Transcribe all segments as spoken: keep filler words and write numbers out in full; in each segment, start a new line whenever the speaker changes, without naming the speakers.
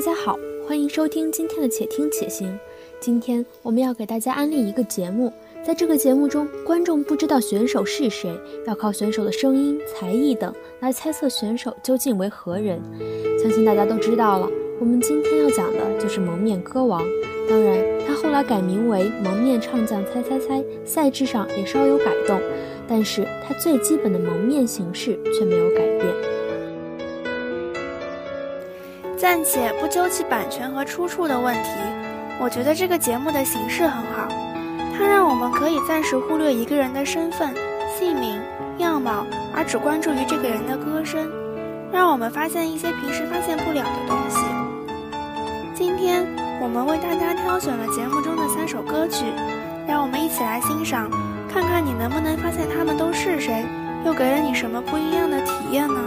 家好，欢迎收听今天的且听且行。今天我们要给大家安利一个节目，在这个节目中，观众不知道选手是谁，要靠选手的声音、才艺等来猜测选手究竟为何人。相信大家都知道了，我们今天要讲的就是蒙面歌王。当然，他后来改名为蒙面唱将猜猜猜，赛制上也稍有改动，但是他最基本的蒙面形式却没有改变。
暂且不究其版权和出处的问题，我觉得这个节目的形式很好，它让我们可以暂时忽略一个人的身份、姓名、样貌，而只关注于这个人的歌声，让我们发现一些平时发现不了的东西。今天我们为大家挑选了节目中的三首歌曲，让我们一起来欣赏，看看你能不能发现他们都是谁，又给了你什么不一样的体验呢？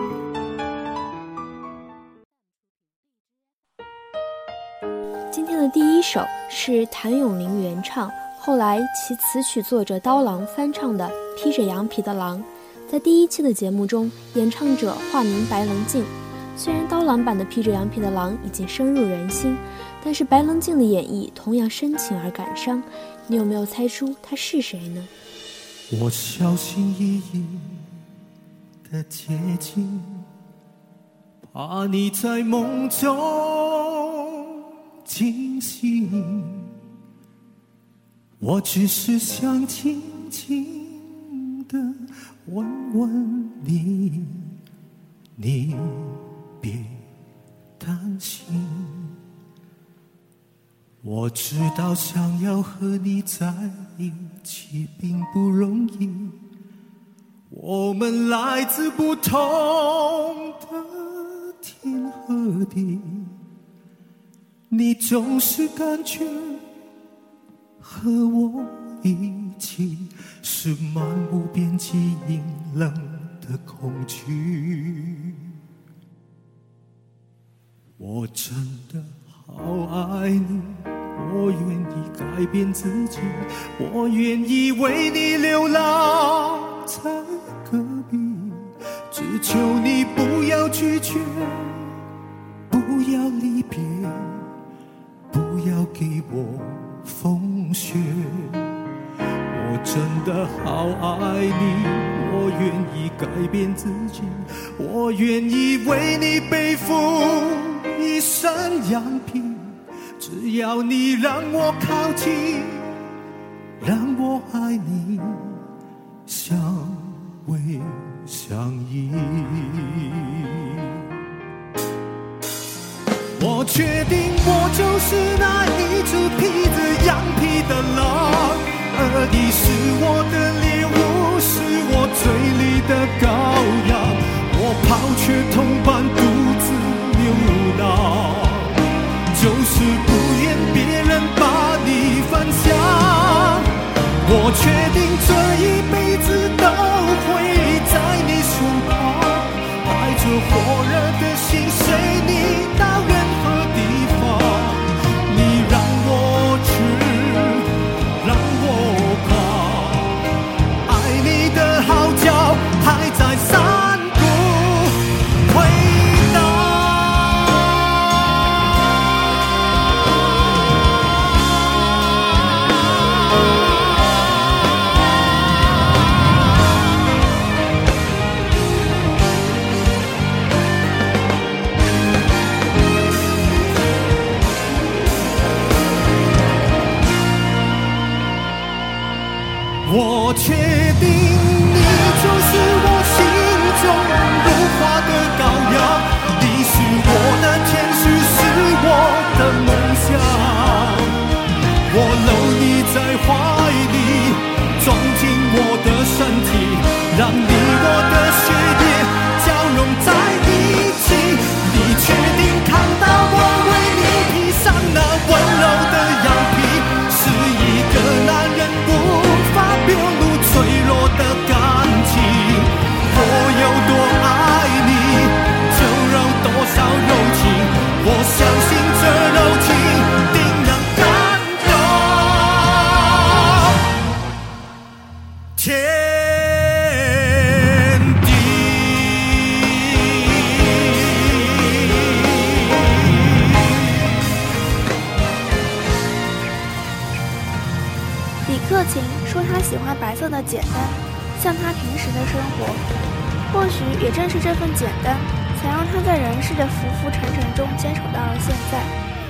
今天的第一首是谭咏麟原唱，后来其词曲作者刀郎翻唱的《披着羊皮的狼》。在第一期的节目中，演唱者化名白棱静。虽然刀郎版的《披着羊皮的狼》已经深入人心，但是白棱静的演绎同样深情而感伤。你有没有猜出他是谁呢？
我小心翼翼的接近，怕你在梦中惊醒，我只是想轻轻地问问你，你别担心。我知道想要和你在一起并不容易，我们来自不同的天和地，你总是感觉和我一起是漫无边际阴冷的恐惧。我真的好爱你，我愿意改变自己，我愿意为你流浪在隔壁，只求你不要拒绝，不要离别，不要给我风雪。我真的好爱你，我愿意改变自己，我愿意为你背负一身羊皮，只要你让我靠近，让我爱你，相偎相依。我确定我就是那一只披着羊皮的狼，而你是我的猎物，是我嘴里的羔羊。我抛却同伴独自流浪，就是不愿别人把你分享。我确定这一辈子都会在你身旁，带着火热的心随你到任何地方。你让我吃，让我扛，爱你的号角还在山谷回
欢白色的简单，像他平时的生活。或许也正是这份简单，才让他在人世的浮浮沉沉中坚守到了现在。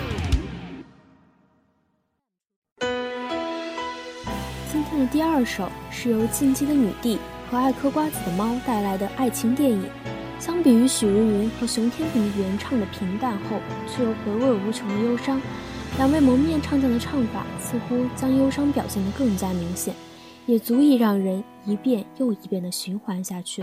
今天的第二首是由进击的女帝和爱嗑瓜子的猫带来的爱情电影。相比于许茹芸和熊天平原唱的平淡后却又回味无穷的忧伤，两位蒙面唱将的唱法似乎将忧伤表现得更加明显，也足以让人一遍又一遍地循环下去。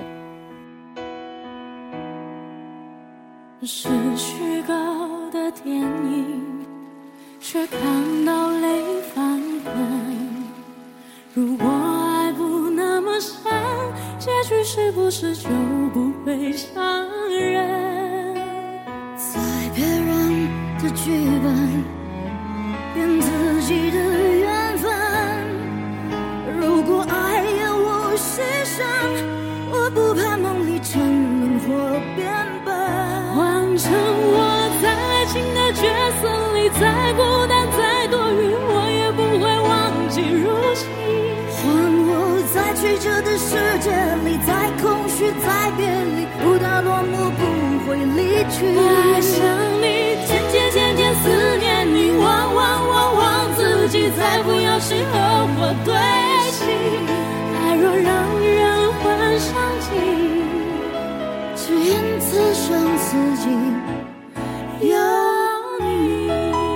是虚构的电影，却看到泪翻滚。如果爱不那么深，结局是不是就不会伤人？
在别人的剧本编自己的缘分，如果爱要我牺牲，我不怕梦里沉沦或变笨，
换成我在爱情的角色里，再孤单再多余，我也不会忘记如昔。
换我在曲折的世界里，再空虚再别离，不到落幕不会离去。
爱上你，渐渐渐渐思念你，忘忘忘忘自己，再不要谁和我对戏。爱若让人患上尽，
只因此生此境有你。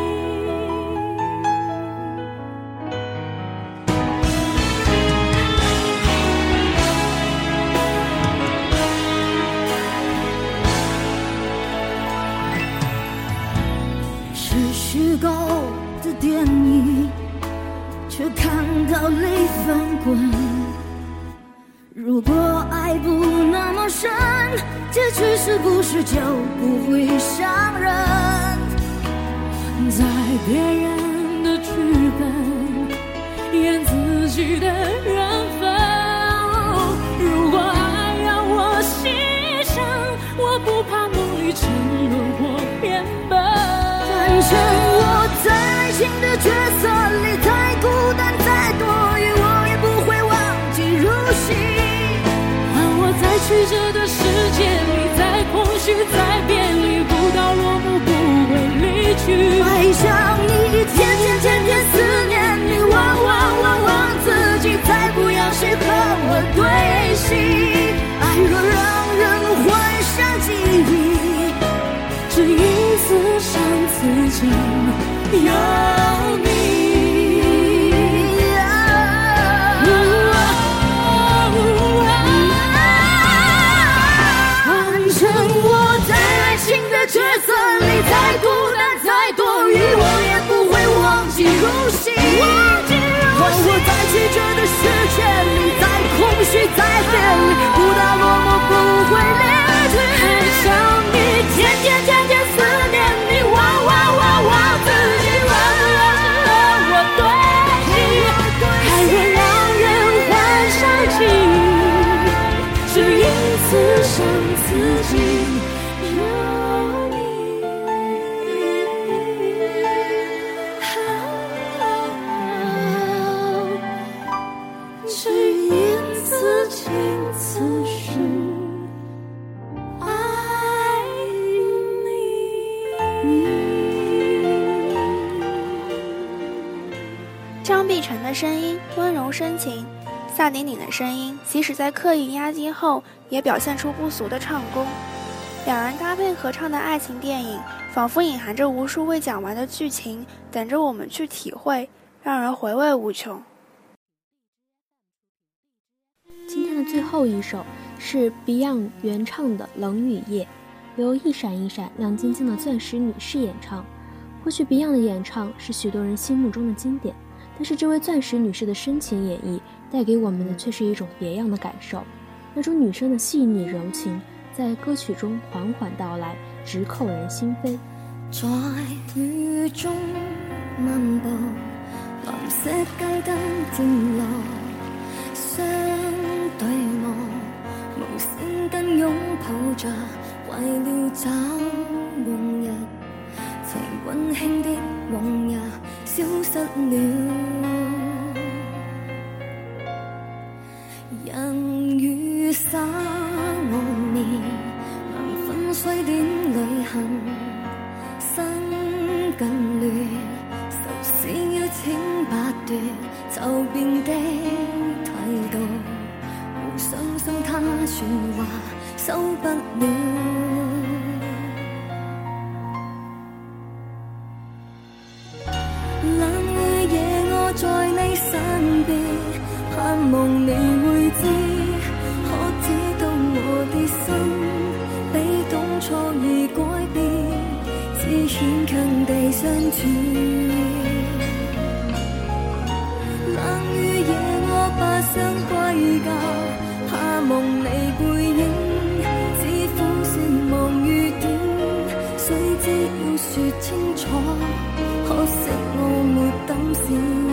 是虚构的电影，却看到泪翻滚。如果爱不那么深，结局是不是就不会伤人？
在别人的剧本演自己的缘分，如果爱要我牺牲，我不怕梦里沉沦或变笨。
反正我在爱情的角色里，再孤单再多余，我也不会忘记如昔。
我在曲折的世界里，再空虚再别离，不到落幕不会离去。
爱上你，天天天天思念你，忘忘忘忘自己，再不要谁和我对戏。爱若让人患上记忆，
只因此生此境有你。
角色里再孤单再多余，我也不会忘记如昔。换我在曲折的世界里，再空虚再别离，不到落幕不会离去。
爱上你，天天天天思念你，忘忘忘忘自己，忘了是和我对戏。爱若让人患上尽，只因此生此境。
张碧晨的声音温柔深情，萨顶顶的声音即使在刻意压低后，也表现出不俗的唱功。两人搭配合唱的爱情电影，仿佛隐含着无数未讲完的剧情，等着我们去体会，让人回味无穷。
今天的最后一首是 Beyond 原唱的《冷雨夜》，由一闪一闪亮晶晶的钻石女士演唱。或许 Beyond 的演唱是许多人心目中的经典，但是这位钻石女士的深情演绎带给我们的却是一种别样的感受，那种女生的细腻柔情在歌曲中缓缓到来，直扣人心扉。
在雨中漫步，蓝色街灯漸落，相對我無聲跟擁抱着，為了找往日情溫馨的往日消失了。 年能分水點旅行，身更亂，愁思邀請拔奪，就變的態度，無相信他說話收不了。冷雨夜我在你身邊，盼望你會知，可知道我的心比當初已改變，只勉強地相處。冷雨夜我不想歸家，怕夢你背影，只苦笑望雨點，誰知要說清楚，可惜我沒膽試。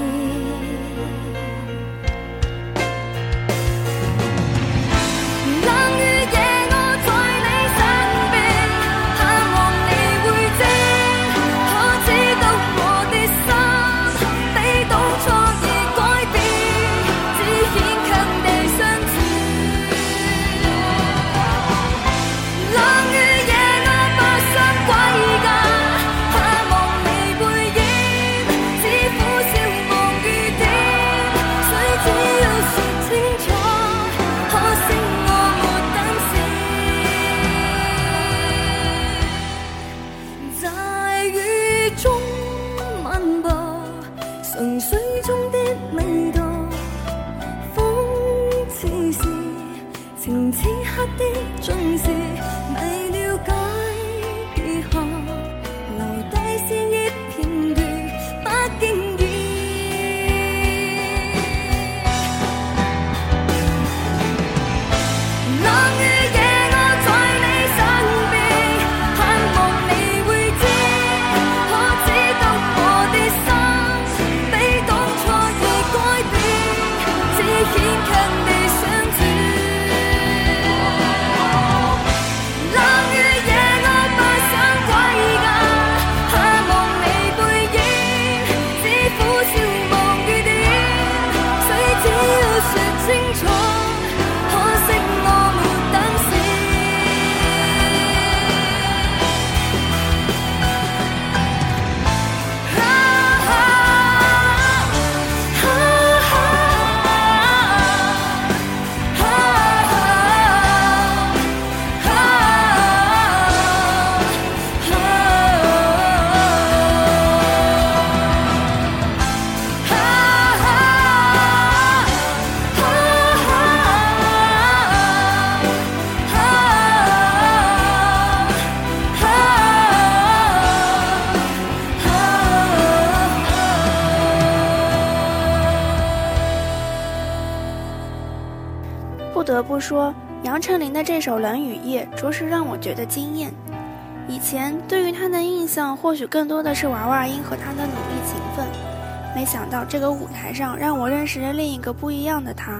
不得不说，杨丞琳的这首《冷雨夜》着实让我觉得惊艳。以前对于她的印象或许更多的是娃娃音和她的努力勤奋，没想到这个舞台上让我认识了另一个不一样的她。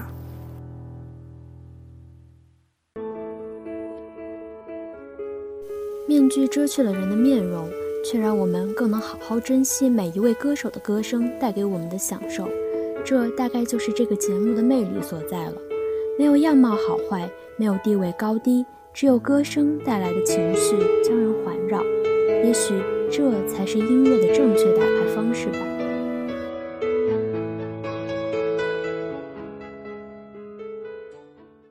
面具遮去了人的面容，却让我们更能好好珍惜每一位歌手的歌声带给我们的享受。这大概就是这个节目的魅力所在了。没有样貌好坏，没有地位高低，只有歌声带来的情绪将人环绕。也许这才是音乐的正确答